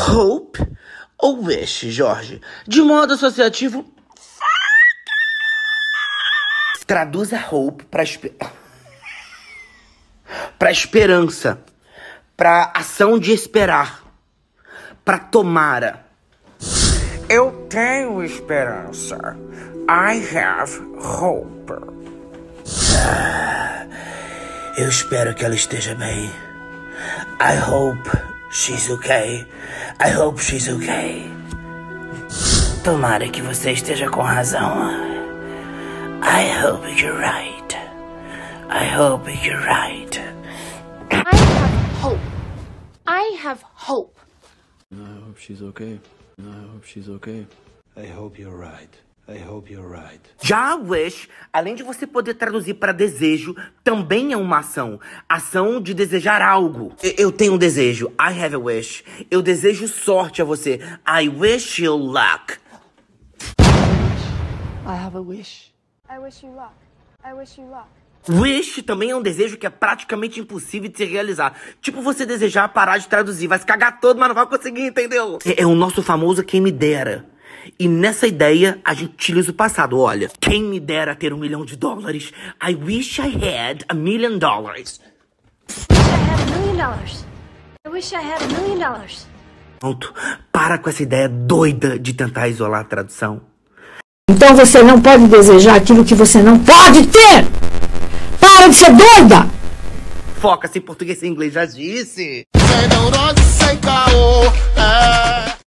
Hope ou wish, Jorge? De modo associativo, traduza hope pra esperança, pra ação de esperar, pra tomara. Eu tenho esperança. I have hope. Eu espero que ela esteja bem. I hope she's okay. I hope she's okay. Tomara que você esteja com razão. I hope you're right. I hope you're right. I have hope. I have hope. I hope she's okay. I hope she's okay. I hope you're right. I hope you're right. Já wish, além de você poder traduzir para desejo, também é uma ação. Ação de desejar algo. Eu tenho um desejo. I have a wish. Eu desejo sorte a você. I wish you luck. I have a wish. I wish you luck. I wish you luck. Wish também é um desejo que é praticamente impossível de se realizar. Tipo você desejar parar de traduzir. Vai se cagar todo, mas não vai conseguir, entendeu? É o nosso famoso quem me dera. E nessa ideia, a gente utiliza o passado. Olha, quem me dera ter $1 milhão. I wish I had $1 million. I wish I had $1 million. I wish I had $1 million. Pronto. Para com essa ideia doida de tentar isolar a tradução. Então você não pode desejar aquilo que você não pode ter! Para de ser doida! Foca-se em português e inglês, já disse. Sem neurose, sem caô,